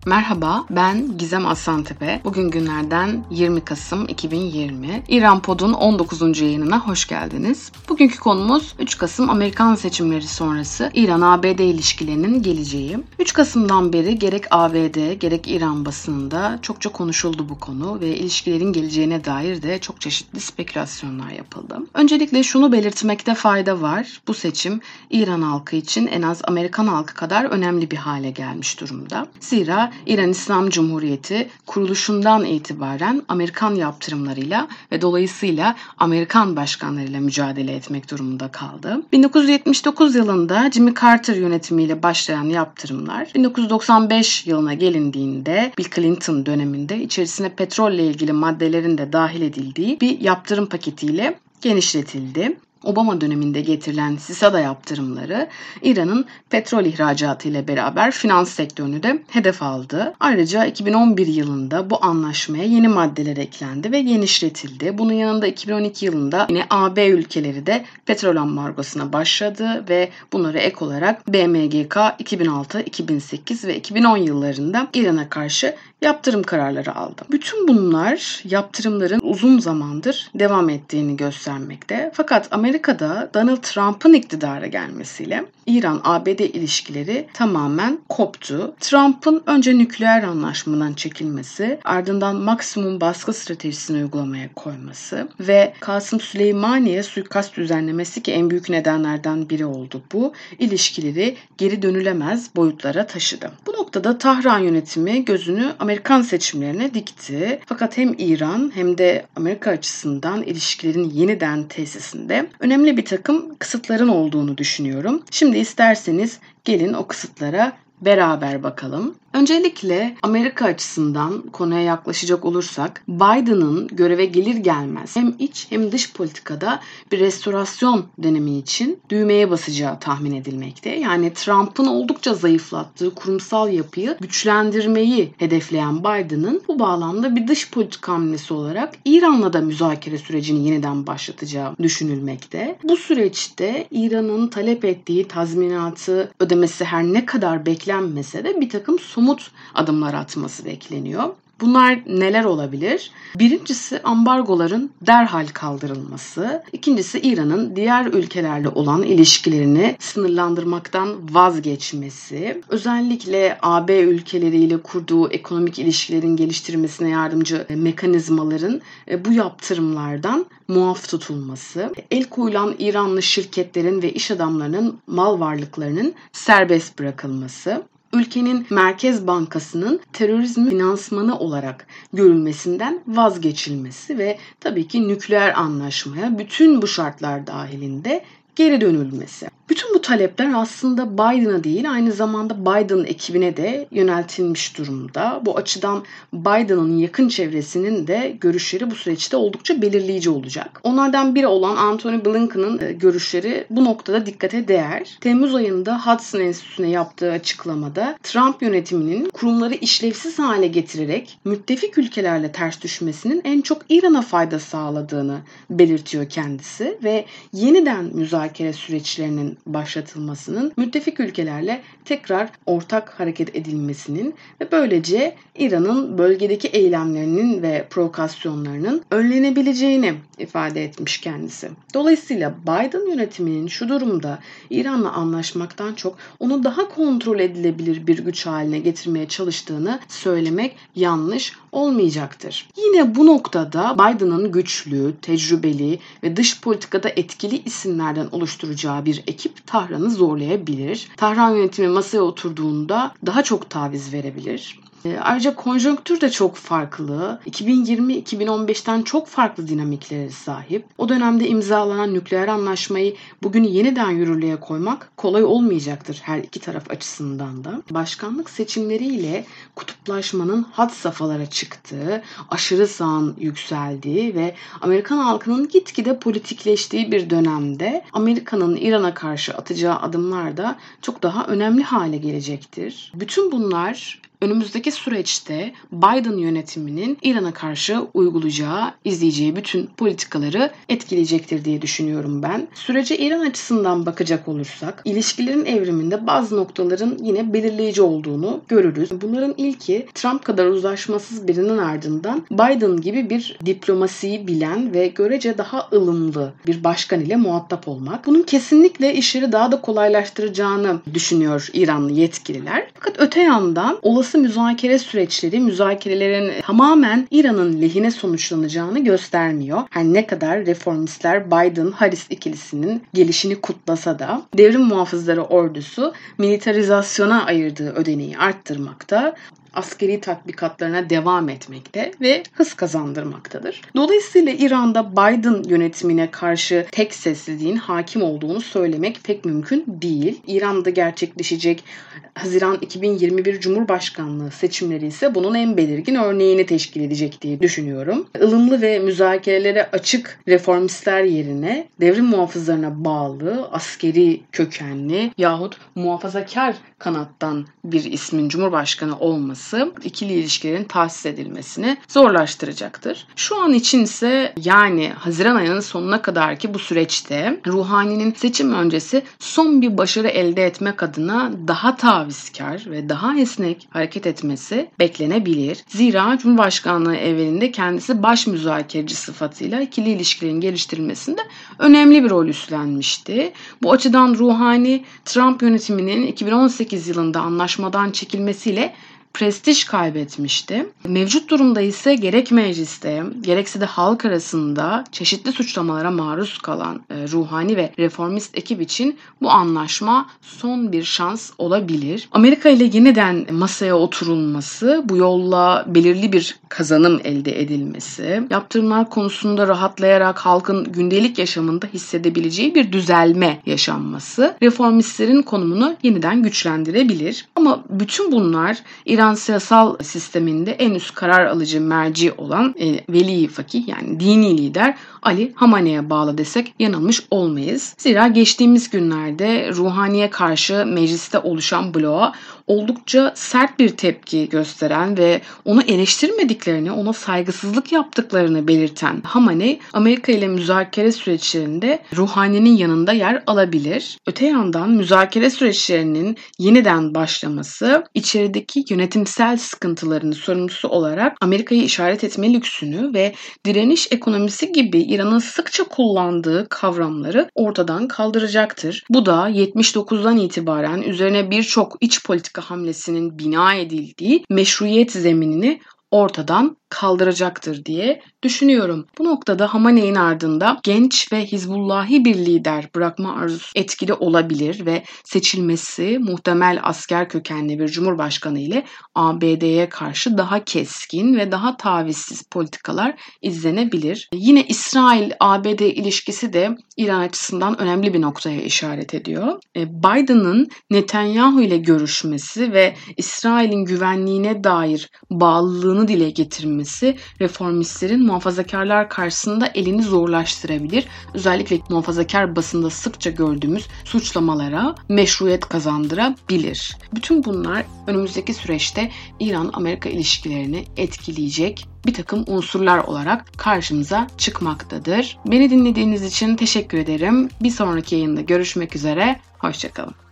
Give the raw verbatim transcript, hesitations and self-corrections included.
Merhaba, ben Gizem Aslantepe. Bugün günlerden yirmi Kasım iki bin yirmi. İran Pod'un on dokuzuncu yayınına hoş geldiniz. Bugünkü konumuz üç Kasım Amerikan seçimleri sonrası İran-A B D ilişkilerinin geleceği. üç Kasım'dan beri gerek A B D gerek İran basınında çokça konuşuldu bu konu ve ilişkilerin geleceğine dair de çok çeşitli spekülasyonlar yapıldı. Öncelikle şunu belirtmekte fayda var. Bu seçim İran halkı için en az Amerikan halkı kadar önemli bir hale gelmiş durumda. Zira İran İslam Cumhuriyeti kuruluşundan itibaren Amerikan yaptırımlarıyla ve dolayısıyla Amerikan başkanlarıyla mücadele etmek durumunda kaldı. bin dokuz yüz yetmiş dokuz yılında Jimmy Carter yönetimiyle başlayan yaptırımlar bin dokuz yüz doksan beş yılına gelindiğinde Bill Clinton döneminde içerisine petrolle ilgili maddelerin de dahil edildiği bir yaptırım paketiyle genişletildi. Obama döneminde getirilen SİSADA yaptırımları İran'ın petrol ihracatı ile beraber finans sektörünü de hedef aldı. Ayrıca iki bin on bir yılında bu anlaşmaya yeni maddeler eklendi ve genişletildi. Bunun yanında iki bin on iki yılında yine A B ülkeleri de petrol ambargosuna başladı ve bunlara ek olarak B M G K iki bin altı, iki bin sekiz ve iki bin on yıllarında İran'a karşı yaptırım kararları aldı. Bütün bunlar yaptırımların uzun zamandır devam ettiğini göstermekte. Fakat Amerika'da Donald Trump'ın iktidara gelmesiyle İran-A B D ilişkileri tamamen koptu. Trump'ın önce nükleer anlaşmadan çekilmesi, ardından maksimum baskı stratejisini uygulamaya koyması ve Kasım Süleymaniye suikast düzenlemesi ki en büyük nedenlerden biri oldu bu, ilişkileri geri dönülemez boyutlara taşıdı. Bu noktada Tahran yönetimi gözünü Amerikan seçimlerine dikti. Fakat hem İran hem de Amerika açısından ilişkilerin yeniden tesisinde önemli bir takım kısıtların olduğunu düşünüyorum. Şimdi isterseniz gelin o kısıtlara beraber bakalım. Öncelikle Amerika açısından konuya yaklaşacak olursak Biden'ın göreve gelir gelmez hem iç hem dış politikada bir restorasyon dönemi için düğmeye basacağı tahmin edilmekte. Yani Trump'ın oldukça zayıflattığı kurumsal yapıyı güçlendirmeyi hedefleyen Biden'ın bu bağlamda bir dış politika hamlesi olarak İran'la da müzakere sürecini yeniden başlatacağı düşünülmekte. Bu süreçte İran'ın talep ettiği tazminatı ödemesi her ne kadar beklenmese de bir takım somut adımlar atması bekleniyor. Bunlar neler olabilir? Birincisi ambargoların derhal kaldırılması. İkincisi İran'ın diğer ülkelerle olan ilişkilerini sınırlandırmaktan vazgeçmesi. Özellikle A B ülkeleriyle kurduğu ekonomik ilişkilerin geliştirmesine yardımcı mekanizmaların bu yaptırımlardan muaf tutulması. El koyulan İranlı şirketlerin ve iş adamlarının mal varlıklarının serbest bırakılması. Ülkenin Merkez Bankası'nın terörizm finansmanı olarak görülmesinden vazgeçilmesi ve tabii ki nükleer anlaşmaya bütün bu şartlar dahilinde geri dönülmesi. Bütün bu talepler aslında Biden'a değil aynı zamanda Biden ekibine de yöneltilmiş durumda. Bu açıdan Biden'ın yakın çevresinin de görüşleri bu süreçte oldukça belirleyici olacak. Onlardan biri olan Antony Blinken'ın görüşleri bu noktada dikkate değer. Temmuz ayında Hudson Enstitüsü'ne yaptığı açıklamada Trump yönetiminin kurumları işlevsiz hale getirerek müttefik ülkelerle ters düşmesinin en çok İran'a fayda sağladığını belirtiyor kendisi ve yeniden müzakere süreçlerinin başlatılmasının, müttefik ülkelerle tekrar ortak hareket edilmesinin ve böylece İran'ın bölgedeki eylemlerinin ve provokasyonlarının önlenebileceğini ifade etmiş kendisi. Dolayısıyla Biden yönetiminin şu durumda İran'la anlaşmaktan çok onu daha kontrol edilebilir bir güç haline getirmeye çalıştığını söylemek yanlış olmayacaktır. Yine bu noktada Biden'ın güçlü, tecrübeli ve dış politikada etkili isimlerden oluşturacağı bir ekip Tahran'ı zorlayabilir. Tahran yönetimi masaya oturduğunda daha çok taviz verebilir. Ayrıca konjonktür de çok farklı. iki bin yirmi iki bin on beşten çok farklı dinamiklere sahip. O dönemde imzalanan nükleer anlaşmayı bugün yeniden yürürlüğe koymak kolay olmayacaktır her iki taraf açısından da. Başkanlık seçimleriyle kutuplaşmanın had safhalara çıktığı, aşırı sağın yükseldiği ve Amerikan halkının gitgide politikleştiği bir dönemde Amerika'nın İran'a karşı atacağı adımlar da çok daha önemli hale gelecektir. Bütün bunlar önümüzdeki süreçte Biden yönetiminin İran'a karşı uygulayacağı, izleyeceği bütün politikaları etkileyecektir diye düşünüyorum ben. Sürece İran açısından bakacak olursak, ilişkilerin evriminde bazı noktaların yine belirleyici olduğunu görürüz. Bunların ilki, Trump kadar uzlaşmasız birinin ardından Biden gibi bir diplomasiyi bilen ve görece daha ılımlı bir başkan ile muhatap olmak. Bunun kesinlikle işleri daha da kolaylaştıracağını düşünüyor İranlı yetkililer. Fakat öte yandan olası müzakere süreçleri müzakerelerin tamamen İran'ın lehine sonuçlanacağını göstermiyor. Her ne kadar reformistler Biden-Harris ikilisinin gelişini kutlasa da devrim muhafızları ordusu militarizasyona ayırdığı ödeneği arttırmakta, askeri tatbikatlarına devam etmekte ve hız kazandırmaktadır. Dolayısıyla İran'da Biden yönetimine karşı tek sesliliğin hakim olduğunu söylemek pek mümkün değil. İran'da gerçekleşecek Haziran iki bin yirmi bir Cumhurbaşkanlığı seçimleri ise bunun en belirgin örneğini teşkil edecek diye düşünüyorum. Ilımlı ve müzakerelere açık reformistler yerine devrim muhafızlarına bağlı, askeri kökenli yahut muhafazakar kanattan bir ismin Cumhurbaşkanı olması ikili ilişkilerin tahsis edilmesini zorlaştıracaktır. Şu an için ise yani Haziran ayının sonuna kadar ki bu süreçte Ruhani'nin seçim öncesi son bir başarı elde etmek adına daha tavizkar ve daha esnek hareket etmesi beklenebilir. Zira Cumhurbaşkanlığı evvelinde kendisi baş müzakereci sıfatıyla ikili ilişkilerin geliştirilmesinde önemli bir rol üstlenmişti. Bu açıdan Ruhani, Trump yönetiminin iki bin on sekiz yılında anlaşmadan çekilmesiyle prestij kaybetmişti. Mevcut durumda ise gerek mecliste gerekse de halk arasında çeşitli suçlamalara maruz kalan e, Ruhani ve reformist ekip için bu anlaşma son bir şans olabilir. Amerika ile yeniden masaya oturulması, bu yolla belirli bir kazanım elde edilmesi, yaptırımlar konusunda rahatlayarak halkın gündelik yaşamında hissedebileceği bir düzelme yaşanması reformistlerin konumunu yeniden güçlendirebilir. Ama bütün bunlar İran İran siyasal sisteminde en üst karar alıcı merci olan e, veli fakih yani dini lider Ali Hamane'ye bağlı desek yanılmış olmayız. Zira geçtiğimiz günlerde Ruhani'ye karşı mecliste oluşan bloğa oldukça sert bir tepki gösteren ve onu eleştirmediklerini, ona saygısızlık yaptıklarını belirten Hamane, Amerika ile müzakere süreçlerinde Ruhani'nin yanında yer alabilir. Öte yandan müzakere süreçlerinin yeniden başlaması, içerideki yönetimsel sıkıntılarının sorumlusu olarak Amerika'yı işaret etme lüksünü ve direniş ekonomisi gibi İran'ın sıkça kullandığı kavramları ortadan kaldıracaktır. Bu da yetmiş dokuzdan itibaren üzerine birçok iç politika hamlesinin bina edildiği meşruiyet zeminini ortadan kaldıracaktır diye düşünüyorum. Bu noktada Hamane'nin ardında genç ve Hizbullahi bir lider bırakma arzusu etkili olabilir ve seçilmesi muhtemel asker kökenli bir cumhurbaşkanı ile A B D'ye karşı daha keskin ve daha tavizsiz politikalar izlenebilir. Yine İsrail-A B D ilişkisi de İran açısından önemli bir noktaya işaret ediyor. Biden'ın Netanyahu ile görüşmesi ve İsrail'in güvenliğine dair bağlılığını dile getirmesi reformistlerin muhafazakarlar karşısında elini zorlaştırabilir. Özellikle muhafazakar basında sıkça gördüğümüz suçlamalara meşruiyet kazandırabilir. Bütün bunlar önümüzdeki süreçte İran-Amerika ilişkilerini etkileyecek bir takım unsurlar olarak karşımıza çıkmaktadır. Beni dinlediğiniz için teşekkür ederim. Bir sonraki yayında görüşmek üzere. Hoşça kalın.